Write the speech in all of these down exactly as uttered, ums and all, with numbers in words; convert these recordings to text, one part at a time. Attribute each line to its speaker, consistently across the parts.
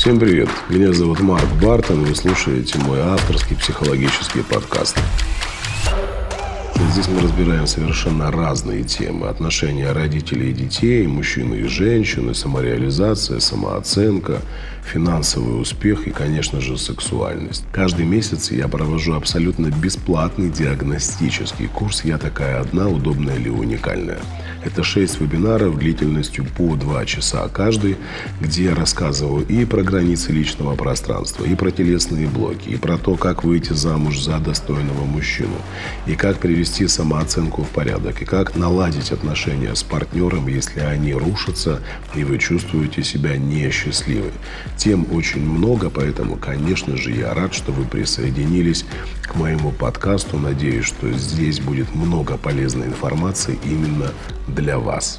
Speaker 1: Всем привет, меня зовут Марк Бартон, вы слушаете мой авторский психологический подкаст. Здесь мы разбираем совершенно разные темы: отношения родителей и детей, мужчины и женщины, самореализация, самооценка, финансовый успех и, конечно же, сексуальность. Каждый месяц я провожу абсолютно бесплатный диагностический курс «Я такая одна, удобная или уникальная». Это шесть вебинаров длительностью по два часа каждый, где я рассказываю и про границы личного пространства, и про телесные блоки, и про то, как выйти замуж за достойного мужчину, и как привести самооценку в порядок, и как наладить отношения с партнером, если они рушатся, и вы чувствуете себя несчастливой. Тем очень много, поэтому, конечно же, я рад, что вы присоединились к моему подкасту. Надеюсь, что здесь будет много полезной информации именно для вас.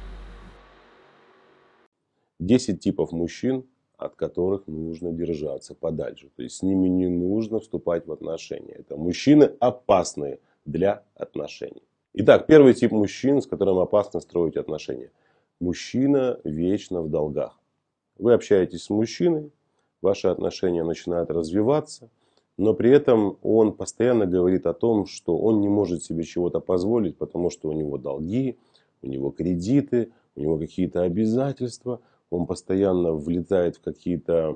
Speaker 2: десять типов мужчин, от которых нужно держаться подальше. То есть с ними не нужно вступать в отношения. Это мужчины опасные для отношений. Итак, первый тип мужчин, с которым опасно строить отношения. Мужчина вечно в долгах. Вы общаетесь с мужчиной, ваши отношения начинают развиваться, но при этом он постоянно говорит о том, что он не может себе чего-то позволить, потому что у него долги, у него кредиты, у него какие-то обязательства. Он постоянно влетает в какие-то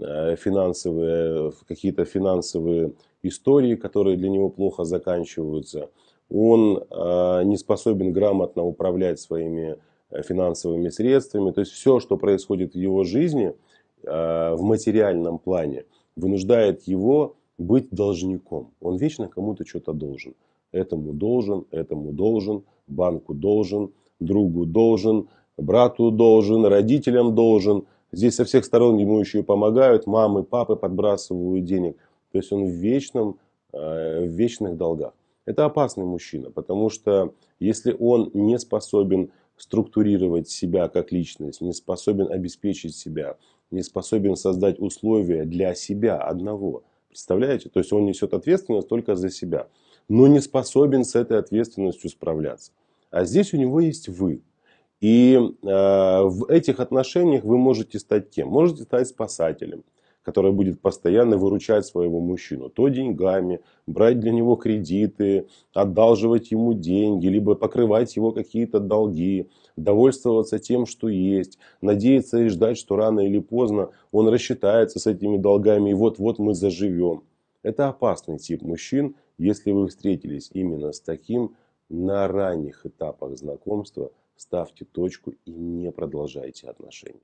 Speaker 2: финансовые, в какие-то финансовые истории, которые для него плохо заканчиваются. Он э, не способен грамотно управлять своими финансовыми средствами. То есть все, что происходит в его жизни э, в материальном плане, вынуждает его быть должником. Он вечно кому-то что-то должен. Этому должен, этому должен, банку должен, другу должен, брату должен, родителям должен. Здесь со всех сторон ему еще и помогают, мамы, папы подбрасывают денег. То есть он в, вечном, в вечных долгах. Это опасный мужчина, потому что если он не способен структурировать себя как личность, не способен обеспечить себя, не способен создать условия для себя одного. Представляете? То есть он несет ответственность только за себя, но не способен с этой ответственностью справляться. А здесь у него есть вы. И э, в этих отношениях вы можете стать кем? Можете стать спасателем, который будет постоянно выручать своего мужчину. То деньгами, брать для него кредиты, одалживать ему деньги, либо покрывать его какие-то долги, довольствоваться тем, что есть, надеяться и ждать, что рано или поздно он рассчитается с этими долгами, и вот-вот мы заживем. Это опасный тип мужчин. Если вы встретились именно с таким, на ранних этапах знакомства ставьте точку и не продолжайте отношения.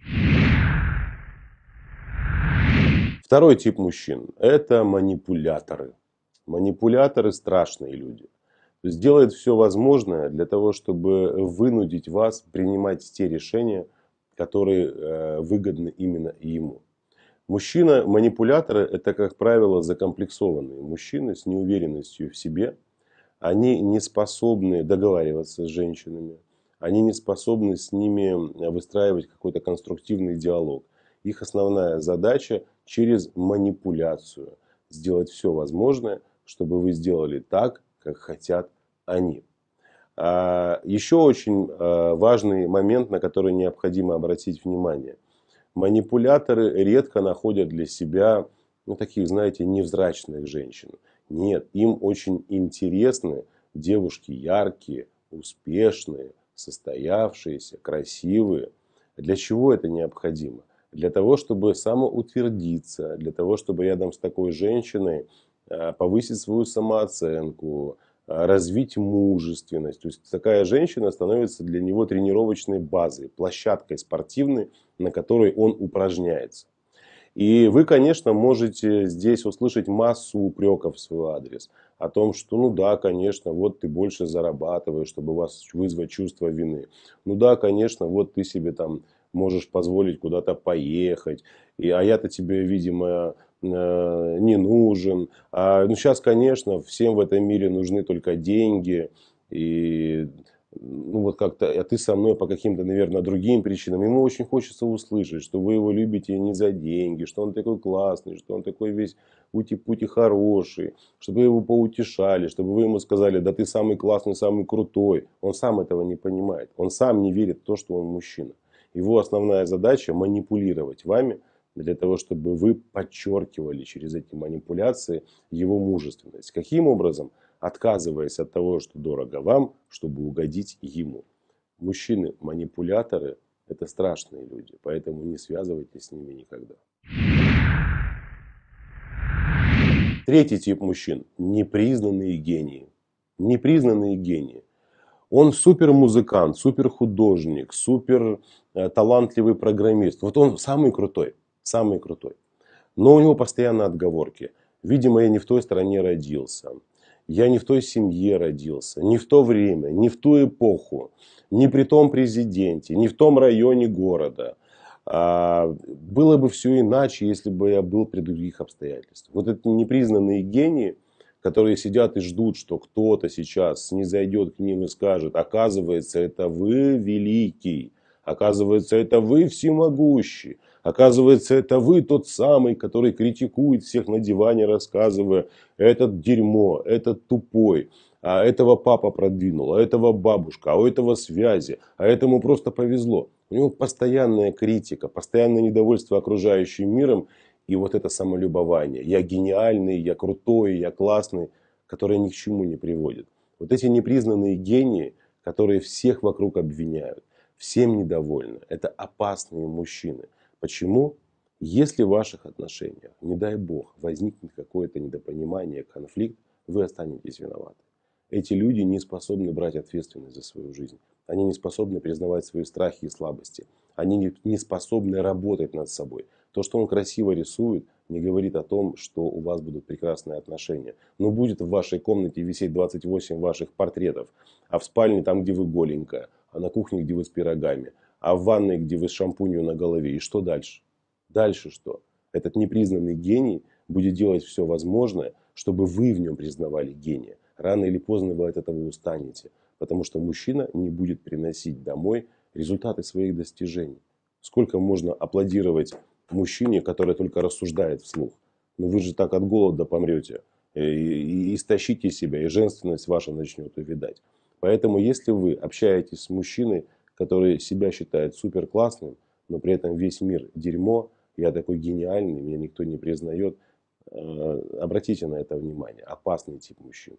Speaker 2: Второй тип мужчин – это манипуляторы. Манипуляторы – страшные люди. То есть делают все возможное для того, чтобы вынудить вас принимать те решения, которые выгодны именно ему. Мужчина-манипуляторы – это, как правило, закомплексованные мужчины с неуверенностью в себе. Они не способны договариваться с женщинами. Они не способны с ними выстраивать какой-то конструктивный диалог. Их основная задача через манипуляцию сделать все возможное, чтобы вы сделали так, как хотят они. Еще очень важный момент, на который необходимо обратить внимание. Манипуляторы редко находят для себя, ну, таких, знаете, невзрачных женщин. Нет, им очень интересны девушки яркие, успешные, состоявшиеся, красивые. Для чего это необходимо? Для того, чтобы самоутвердиться, для того, чтобы рядом с такой женщиной повысить свою самооценку, развить мужественность. То есть такая женщина становится для него тренировочной базой, площадкой спортивной, на которой он упражняется. И вы, конечно, можете здесь услышать массу упреков в свой адрес. О том, что ну да, конечно, вот ты больше зарабатываешь, чтобы у вас вызвать чувство вины. Ну да, конечно, вот ты себе там можешь позволить куда-то поехать. И, а я-то тебе, видимо, не нужен. А, ну сейчас, конечно, всем в этом мире нужны только деньги. И ну вот как-то, а ты со мной по каким-то, наверное, другим причинам. Ему очень хочется услышать, что вы его любите не за деньги, что он такой классный, что он такой весь ути-пути хороший, чтобы вы его поутешали, чтобы вы ему сказали, да ты самый классный, самый крутой. Он сам этого не понимает. Он сам не верит в то, что он мужчина. Его основная задача манипулировать вами для того, чтобы вы подчеркивали через эти манипуляции его мужественность. Каким образом? Отказываясь от того, что дорого вам, чтобы угодить ему. Мужчины-манипуляторы – это страшные люди, поэтому не связывайтесь с ними никогда. Третий тип мужчин – непризнанные гении. Непризнанные гении. Он супер музыкант, супер художник, супер талантливый программист. Вот он самый крутой, самый крутой. Но у него постоянно отговорки. Видимо, я не в той стране родился. Я не в той семье родился. Не в то время, не в ту эпоху. Не при том президенте, не в том районе города. А, было бы все иначе, если бы я был при других обстоятельствах. Вот это непризнанные гении, которые сидят и ждут, что кто-то сейчас снизойдет к ним и скажет: оказывается, это вы великий, оказывается, это вы всемогущий, оказывается, это вы тот самый, который критикует всех на диване, рассказывая: этот дерьмо, этот тупой, а этого папа продвинул, а этого бабушка, а у этого связи, а этому просто повезло. У него постоянная критика, постоянное недовольство окружающим миром. И вот это самолюбование. Я гениальный, я крутой, я классный, которое ни к чему не приводит. Вот эти непризнанные гении, которые всех вокруг обвиняют, всем недовольны. Это опасные мужчины. Почему? Если в ваших отношениях, не дай бог, возникнет какое-то недопонимание, конфликт, вы останетесь виноваты. Эти люди не способны брать ответственность за свою жизнь. Они не способны признавать свои страхи и слабости. Они не способны работать над собой. То, что он красиво рисует, не говорит о том, что у вас будут прекрасные отношения. Но будет в вашей комнате висеть двадцать восемь ваших портретов. А в спальне там, где вы голенькая. А на кухне, где вы с пирогами. А в ванной, где вы с шампунью на голове. И что дальше? Дальше что? Этот непризнанный гений будет делать все возможное, чтобы вы в нем признавали гения. Рано или поздно вы от этого устанете. Потому что мужчина не будет приносить домой результаты своих достижений. Сколько можно аплодировать мужчине, который только рассуждает вслух? Но вы же так от голода помрете. И, и истощите себя, и женственность ваша начнет увядать. Поэтому, если вы общаетесь с мужчиной, который себя считает супер классным, но при этом весь мир дерьмо, я такой гениальный, меня никто не признает, обратите на это внимание. Опасный тип мужчин.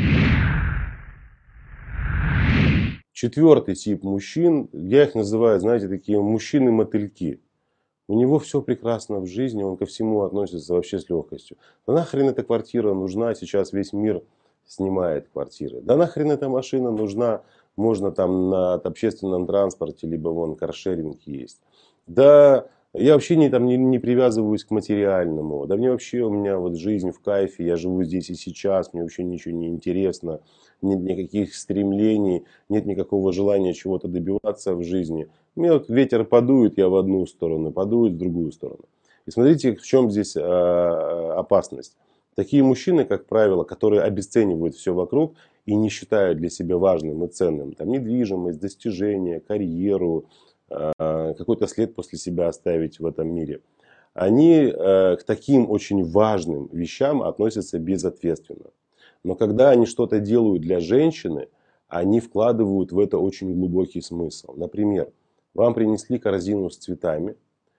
Speaker 2: Четвертый тип мужчин, я их называю, знаете, такие мужчины-мотыльки. У него все прекрасно в жизни, он ко всему относится вообще с легкостью. Да нахрен эта квартира нужна, сейчас весь мир снимает квартиры. Да нахрен эта машина нужна, можно там на общественном транспорте, либо вон каршеринг есть. Да я вообще не, там, не, не привязываюсь к материальному. Да мне вообще, у меня вот жизнь в кайфе, я живу здесь и сейчас, мне вообще ничего не интересно. Нет никаких стремлений, нет никакого желания чего-то добиваться в жизни. Мне вот ветер подует, я в одну сторону, подует в другую сторону. И смотрите, в чем здесь э, опасность. Такие мужчины, как правило, которые обесценивают все вокруг и не считают для себя важным и ценным там, недвижимость, достижения, карьеру, э, какой-то след после себя оставить в этом мире. Они э, к таким очень важным вещам относятся безответственно. Но когда они что-то делают для женщины, они вкладывают в это очень глубокий смысл. Например, вам принесли корзину с цветами,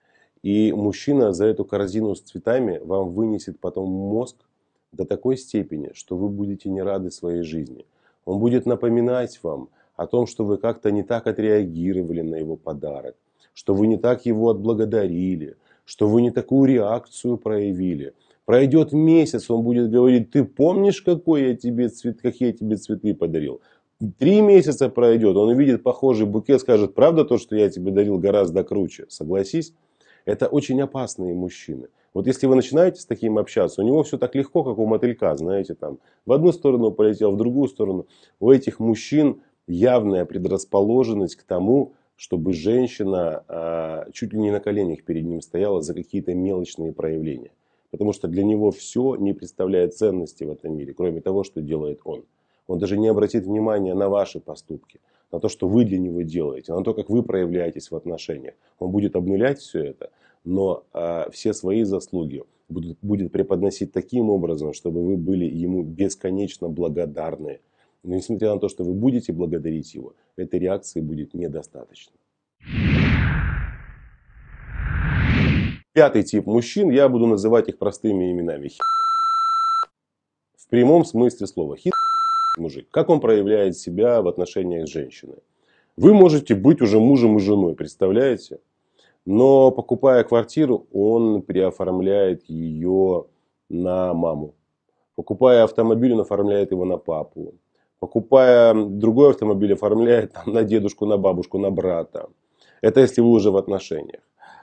Speaker 2: и мужчина за эту корзину с цветами вам вынесет потом мозг до такой степени, что вы будете не рады своей жизни. Он будет напоминать вам о том, что вы как-то не так отреагировали на его подарок, что вы не так его отблагодарили, что вы не такую реакцию проявили. Пройдет месяц, он будет говорить: ты помнишь, какой я тебе цвет, какие я тебе цветы подарил? Три месяца пройдет, он увидит похожий букет, скажет: правда то, что я тебе дарил, гораздо круче? Согласись? Это очень опасные мужчины. Вот если вы начинаете с таким общаться, у него все так легко, как у мотылька, знаете, там в одну сторону полетел, в другую сторону. У этих мужчин явная предрасположенность к тому, чтобы женщина а, чуть ли не на коленях перед ним стояла за какие-то мелочные проявления. Потому что для него все не представляет ценности в этом мире, кроме того, что делает он. Он даже не обратит внимания на ваши поступки, на то, что вы для него делаете, на то, как вы проявляетесь в отношениях. Он будет обнулять все это, но э, все свои заслуги будут, будет преподносить таким образом, чтобы вы были ему бесконечно благодарны. Но несмотря на то, что вы будете благодарить его, этой реакции будет недостаточно. Пятый тип мужчин, я буду называть их простыми именами. В прямом смысле слова. Хит мужик. Как он проявляет себя в отношениях с женщиной? Вы можете быть уже мужем и женой, представляете? Но покупая квартиру, он переоформляет ее на маму. Покупая автомобиль, он оформляет его на папу. Покупая другой автомобиль, оформляет там, на дедушку, на бабушку, на брата. Это если вы уже в отношениях.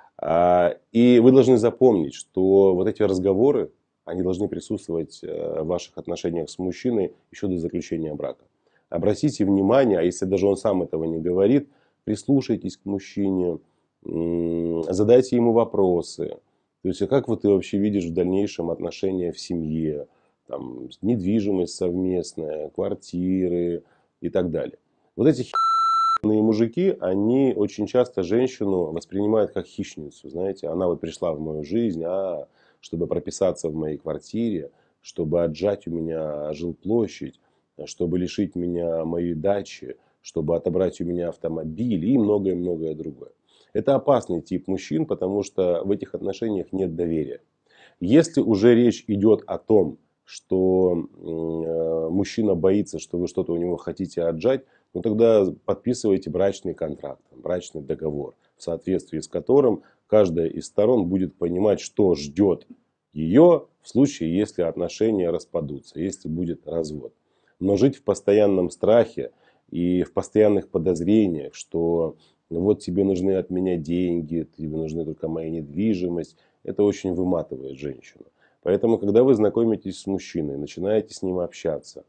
Speaker 2: И вы должны запомнить, что вот эти разговоры, они должны присутствовать в ваших отношениях с мужчиной еще до заключения брака. Обратите внимание, а если даже он сам этого не говорит, прислушайтесь к мужчине, задайте ему вопросы. То есть, а как вот ты вообще видишь в дальнейшем отношения в семье, там, недвижимость совместная, квартиры и так далее. Вот эти хищные мужики, они очень часто женщину воспринимают как хищницу. Знаете, она вот пришла в мою жизнь, а, чтобы прописаться в моей квартире, чтобы отжать у меня жилплощадь, чтобы лишить меня моей дачи, чтобы отобрать у меня автомобиль и многое-многое другое. Это опасный тип мужчин, потому что в этих отношениях нет доверия. Если уже речь идет о том, что мужчина боится, что вы что-то у него хотите отжать, ну тогда подписывайте брачный контракт, брачный договор, в соответствии с которым каждая из сторон будет понимать, что ждет ее в случае, если отношения распадутся, если будет развод. Но жить в постоянном страхе и в постоянных подозрениях, что вот тебе нужны от меня деньги, тебе нужны только моя недвижимость, это очень выматывает женщину. Поэтому, когда вы знакомитесь с мужчиной, начинаете с ним общаться,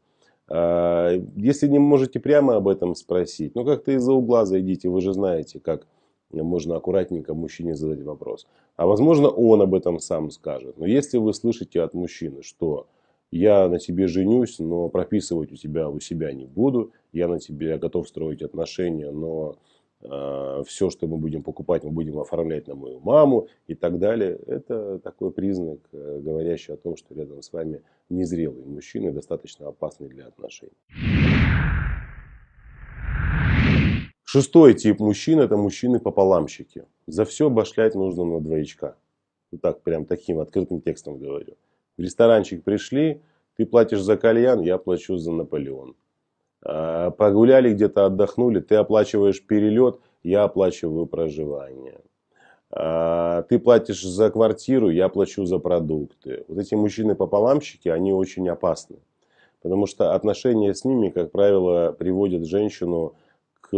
Speaker 2: если не можете прямо об этом спросить, ну как-то из-за угла зайдите, вы же знаете, как можно аккуратненько мужчине задать вопрос. А возможно, он об этом сам скажет. Но если вы слышите от мужчины, что я на тебе женюсь, но прописывать у тебя у себя не буду, я на тебе готов строить отношения, но э, все, что мы будем покупать, мы будем оформлять на мою маму и так далее. Это такой признак, э, говорящий о том, что рядом с вами незрелый мужчина, достаточно опасный для отношений. Шестой тип мужчин — это мужчины-пополамщики. За все башлять нужно на двоечка. Вот так, прям таким открытым текстом говорю. В ресторанчик пришли, ты платишь за кальян, я плачу за Наполеон. Погуляли где-то, отдохнули, ты оплачиваешь перелет, я оплачиваю проживание. Ты платишь за квартиру, я плачу за продукты. Вот эти мужчины-пополамщики, они очень опасны. Потому что отношения с ними, как правило, приводят женщину к...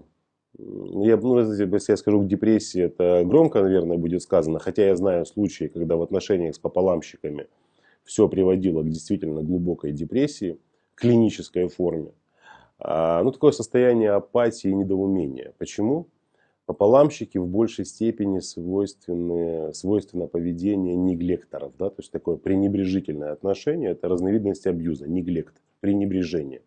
Speaker 2: Я, ну, если я скажу к депрессии, это громко, наверное, будет сказано. Хотя я знаю случаи, когда в отношениях с пополамщиками все приводило к действительно глубокой депрессии, клинической форме. А, ну, такое состояние апатии и недоумения. Почему? Пополамщики в большей степени свойственны, свойственно поведение неглекторов. Да? То есть такое пренебрежительное отношение. Это разновидность абьюза, неглект, пренебрежение.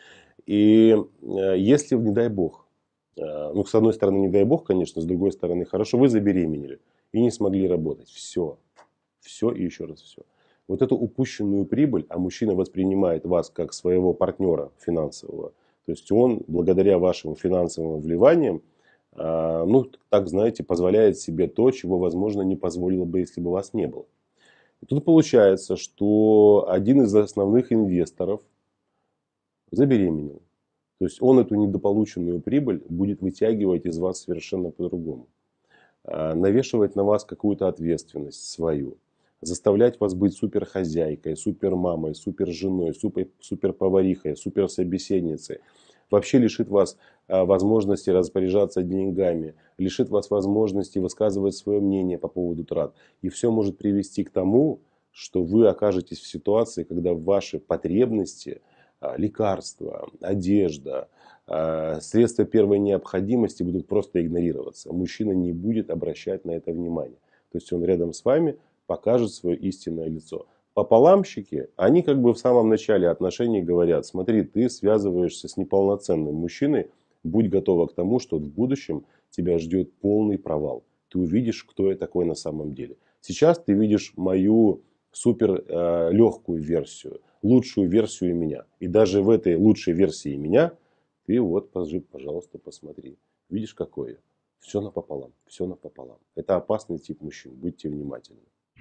Speaker 2: И если, не дай бог, ну, с одной стороны, не дай бог, конечно, с другой стороны, хорошо, вы забеременели и не смогли работать. Все. Все и еще раз все. Вот эту упущенную прибыль, а мужчина воспринимает вас как своего партнера финансового, то есть он, благодаря вашим финансовым вливаниям, ну, так, знаете, позволяет себе то, чего, возможно, не позволило бы, если бы вас не было. И тут получается, что один из основных инвесторов забеременел. То есть он эту недополученную прибыль будет вытягивать из вас совершенно по-другому. Навешивать на вас какую-то ответственность свою. Заставлять вас быть суперхозяйкой, супермамой, суперженой, супер, суперповарихой, суперсобеседницей. Вообще лишит вас возможности распоряжаться деньгами, лишит вас возможности высказывать свое мнение по поводу трат. И все может привести к тому, что вы окажетесь в ситуации, когда ваши потребности, лекарства, одежда, средства первой необходимости будут просто игнорироваться. Мужчина не будет обращать на это внимание. То есть он рядом с вами покажет свое истинное лицо. Пополамщики, они как бы в самом начале отношений говорят: смотри, ты связываешься с неполноценным мужчиной, будь готова к тому, что в будущем тебя ждет полный провал. Ты увидишь, кто я такой на самом деле. Сейчас ты видишь мою супер э, легкую версию, лучшую версию меня. И даже в этой лучшей версии меня ты вот, пожалуйста, посмотри. Видишь, какой я. Все напополам, все напополам. Это опасный тип мужчин, будьте внимательны.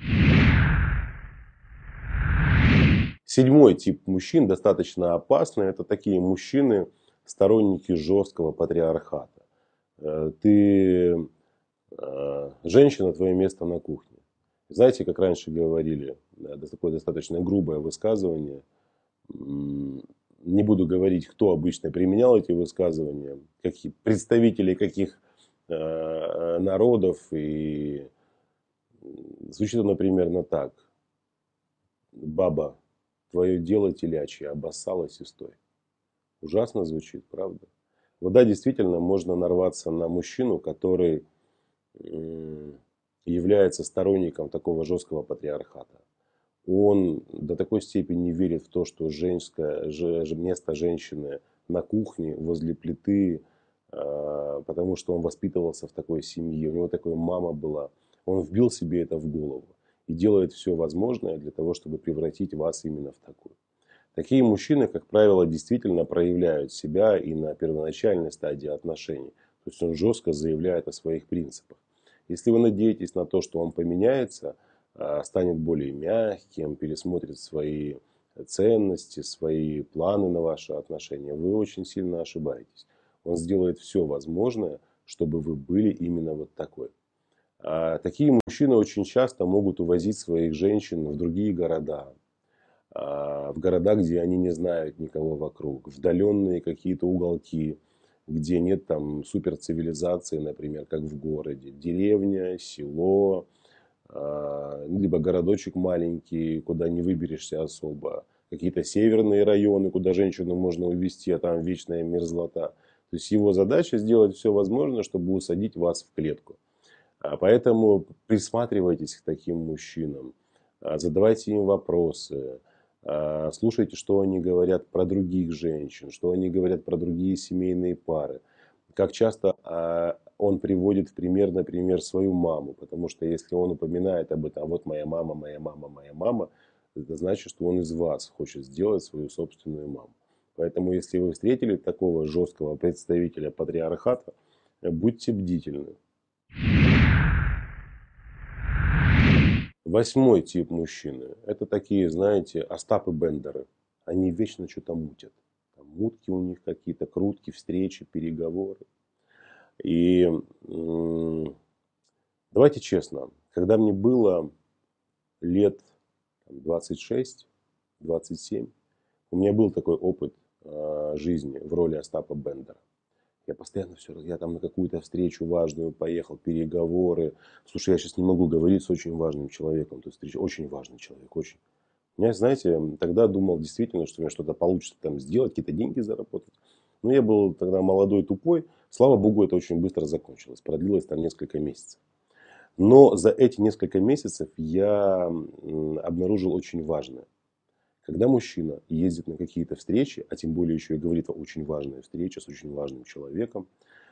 Speaker 2: Седьмой тип мужчин, достаточно опасный, это такие мужчины, сторонники жесткого патриархата. Ты женщина, твое место на кухне. Знаете, как раньше говорили, это такое достаточно грубое высказывание. Не буду говорить, кто обычно применял эти высказывания, какие, представители каких э, народов. И звучит оно примерно так. Баба, твое дело телячье, обоссалась и стой. Ужасно звучит, правда? Вот да, действительно, можно нарваться на мужчину, который э, является сторонником такого жесткого патриархата. Он до такой степени верит в то, что женское, место женщины на кухне, возле плиты, потому что он воспитывался в такой семье, у него такая мама была. Он вбил себе это в голову и делает все возможное для того, чтобы превратить вас именно в такую. Такие мужчины, как правило, действительно проявляют себя и на первоначальной стадии отношений. То есть он жестко заявляет о своих принципах. Если вы надеетесь на то, что он поменяется, станет более мягким, пересмотрит свои ценности, свои планы на ваши отношения, вы очень сильно ошибаетесь. Он сделает все возможное, чтобы вы были именно вот такой. А такие мужчины очень часто могут увозить своих женщин в другие города, в города, где они не знают никого вокруг, в отдаленные какие-то уголки, где нет там суперцивилизации, например, как в городе, деревня, село, либо городочек маленький, куда не выберешься особо, какие-то северные районы, куда женщину можно увезти, а там вечная мерзлота. То есть его задача сделать все возможное, чтобы усадить вас в клетку. Поэтому присматривайтесь к таким мужчинам, задавайте им вопросы, слушайте, что они говорят про других женщин, что они говорят про другие семейные пары. Как часто он приводит в пример, например, свою маму. Потому что если он упоминает об этом, вот моя мама, моя мама, моя мама, это значит, что он из вас хочет сделать свою собственную маму. Поэтому, если вы встретили такого жесткого представителя патриархата, будьте бдительны. Восьмой тип мужчины. Это такие, знаете, Остапы Бендеры. Они вечно что-то мутят. Там мутки у них какие-то, крутки, встречи, переговоры. И м- давайте честно, когда мне было лет двадцать шесть - двадцать семь, у меня был такой опыт э, жизни в роли Остапа Бендера. Я постоянно все, я там на какую-то встречу важную поехал, переговоры. Слушай, я сейчас не могу говорить с очень важным человеком. То есть встреча очень важный человек, очень. Я, знаете, тогда думал действительно, что у меня что-то получится там сделать, какие-то деньги заработать. Но я был тогда молодой, тупой. Слава богу, это очень быстро закончилось. Продлилось там несколько месяцев. Но за эти несколько месяцев я обнаружил очень важное. Когда мужчина ездит на какие-то встречи, а тем более еще и говорит о очень важной встрече с очень важным человеком,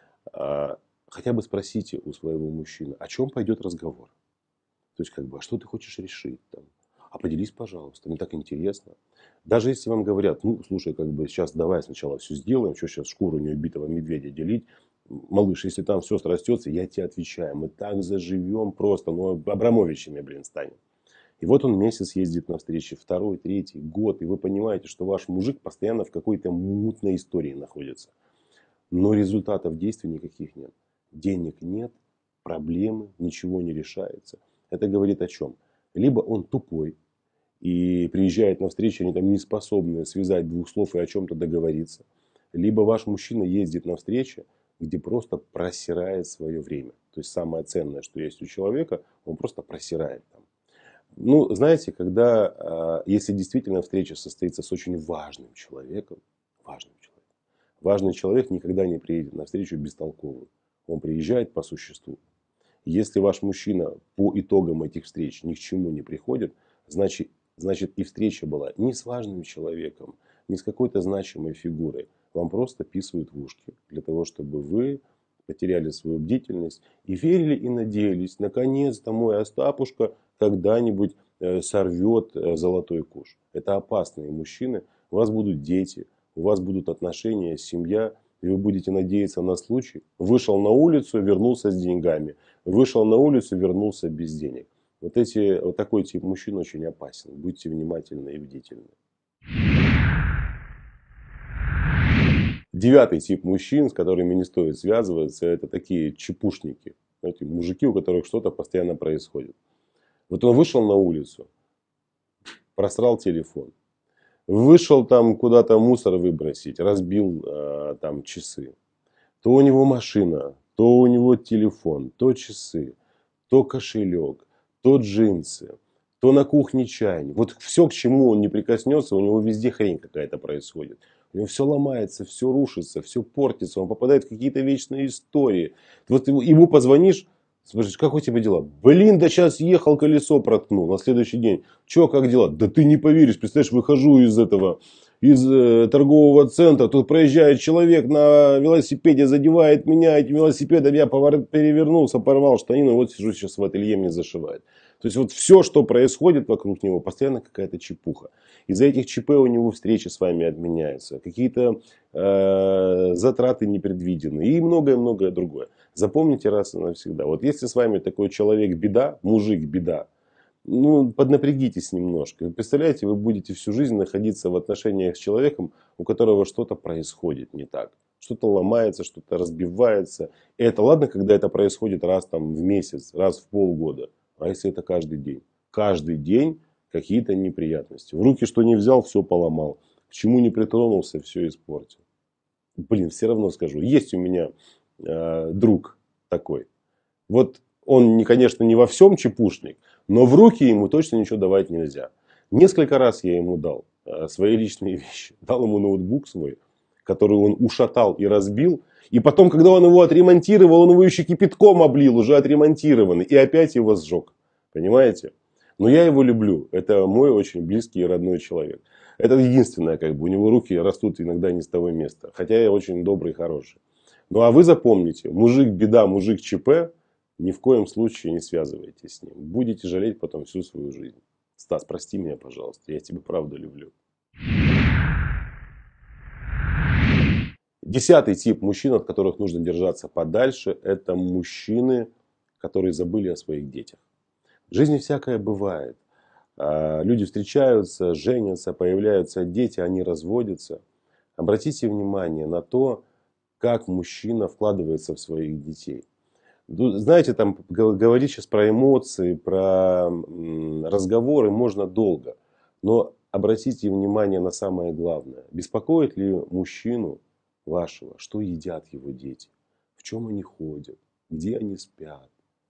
Speaker 2: хотя бы спросите у своего мужчины, о чем пойдет разговор. То есть, как бы, а что ты хочешь решить там? А поделись, пожалуйста, мне так интересно. Даже если вам говорят, ну, слушай, как бы сейчас давай сначала все сделаем, что сейчас шкуру неубитого медведя делить. Малыш, если там все срастется, я тебе отвечаю, мы так заживем просто, ну, Абрамовичами, блин, станем. И вот он месяц ездит на встречи, второй, третий, год, и вы понимаете, что ваш мужик постоянно в какой-то мутной истории находится. Но результатов действий никаких нет. Денег нет, проблемы, ничего не решается. Это говорит о чем? Либо он тупой и приезжает на встречу, они там не способны связать двух слов и о чем-то договориться. Либо ваш мужчина ездит на встречи, где просто просирает свое время. То есть самое ценное, что есть у человека, он просто просирает там. Ну, знаете, когда, если действительно встреча состоится с очень важным человеком, важным человеком, важный человек никогда не приедет на встречу бестолковым. Он приезжает по существу. Если ваш мужчина по итогам этих встреч ни к чему не приходит, значит, значит и встреча была не с важным человеком, не с какой-то значимой фигурой. Вам просто писают в ушки для того, чтобы вы потеряли свою бдительность и верили и надеялись, наконец-то мой Остапушка когда-нибудь сорвет золотой куш. Это опасные мужчины. У вас будут дети, у вас будут отношения, семья. И вы будете надеяться на случай. Вышел на улицу, вернулся с деньгами. Вышел на улицу, вернулся без денег. Вот, эти, вот такой тип мужчин очень опасен. Будьте внимательны и бдительны. Девятый тип мужчин, с которыми не стоит связываться, это такие чепушники. Знаете, мужики, у которых что-то постоянно происходит. Вот он вышел на улицу, просрал телефон. Вышел там куда-то мусор выбросить, разбил э, там часы. То у него машина, то у него телефон, то часы, то кошелек, то джинсы, то на кухне чайник. Вот все, к чему он не прикоснется, у него везде хрень какая-то происходит. У него все ломается, все рушится, все портится, он попадает в какие-то вечные истории. Вот ему позвонишь, спрашиваешь, как у тебя дела? Блин, да сейчас ехал, колесо проткнул. На следующий день, че, как дела? Да ты не поверишь, представляешь, выхожу из этого, из э, торгового центра, тут проезжает человек на велосипеде, задевает меня этим велосипедом, я повор... перевернулся, порвал штанину, вот сижу сейчас в ателье, мне зашивает. То есть вот все, что происходит вокруг него, постоянно какая-то чепуха. Из-за этих ЧП у него встречи с вами отменяются, какие-то э, затраты непредвиденные и многое-многое другое. Запомните раз и навсегда. Вот если с вами такой человек беда, мужик беда, ну поднапрягитесь немножко. Вы представляете, вы будете всю жизнь находиться в отношениях с человеком, у которого что-то происходит не так. Что-то ломается, что-то разбивается. И это ладно, когда это происходит раз там, в месяц, раз в полгода. А если это каждый день? Каждый день какие-то неприятности. В руки что не взял, все поломал. К чему не притронулся, все испортил. Блин, все равно скажу. Есть у меня э, друг такой. Вот он, конечно, не во всем чепушник, но в руки ему точно ничего давать нельзя. Несколько раз я ему дал э, свои личные вещи. Дал ему ноутбук свой, который он ушатал и разбил. И потом, когда он его отремонтировал, он его еще кипятком облил, уже отремонтированный. И опять его сжег. Понимаете? Но я его люблю. Это мой очень близкий и родной человек. Это единственное, как бы, у него руки растут иногда не с того места. Хотя я очень добрый и хороший. Ну а вы запомните, мужик беда, мужик ЧП, ни в коем случае не связывайтесь с ним. Будете жалеть потом всю свою жизнь. Стас, прости меня, пожалуйста. Я тебя правда люблю. Десятый тип мужчин, от которых нужно держаться подальше, это мужчины, которые забыли о своих детях. В жизни всякое бывает. Люди встречаются, женятся, появляются дети, они разводятся. Обратите внимание на то, как мужчина вкладывается в своих детей. Знаете, там говорить сейчас про эмоции, про разговоры можно долго. Но обратите внимание на самое главное. Беспокоит ли мужчину вашего, что едят его дети, в чем они ходят, где они спят,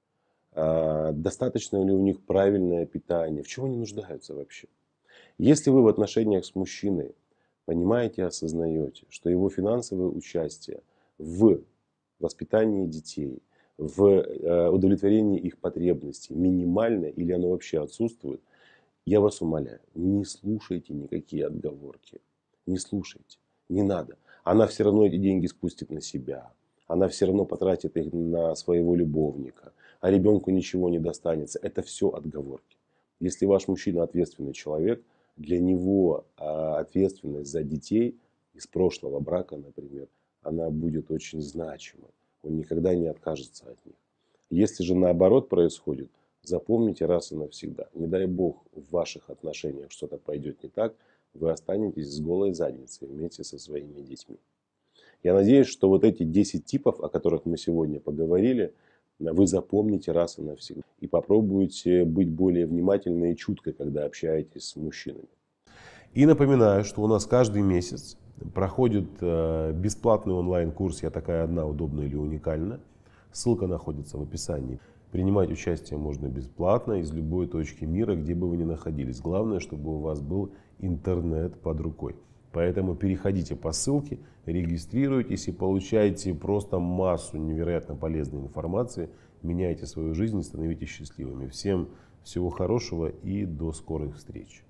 Speaker 2: достаточно ли у них правильное питание, в чем они нуждаются вообще. Если вы в отношениях с мужчиной понимаете и осознаете, что его финансовое участие в воспитании детей, в удовлетворении их потребностей минимально или оно вообще отсутствует, я вас умоляю, не слушайте никакие отговорки, не слушайте, не надо. Она все равно эти деньги спустит на себя. Она все равно потратит их на своего любовника. А ребенку ничего не достанется. Это все отговорки. Если ваш мужчина ответственный человек, для него ответственность за детей из прошлого брака, например, она будет очень значимой. Он никогда не откажется от них. Если же наоборот происходит, запомните раз и навсегда. Не дай бог в ваших отношениях что-то пойдет не так, вы останетесь с голой задницей вместе со своими детьми. Я надеюсь, что вот эти десять типов, о которых мы сегодня поговорили, вы запомните раз и навсегда. И попробуйте быть более внимательной и чуткой, когда общаетесь с мужчинами. И напоминаю, что у нас каждый месяц проходит бесплатный онлайн-курс «Я такая одна, удобна или уникальна». Ссылка находится в описании. Принимать участие можно бесплатно из любой точки мира, где бы вы ни находились. Главное, чтобы у вас был интернет под рукой. Поэтому переходите по ссылке, регистрируйтесь и получайте просто массу невероятно полезной информации. Меняйте свою жизнь и становитесь счастливыми. Всем всего хорошего и до скорых встреч.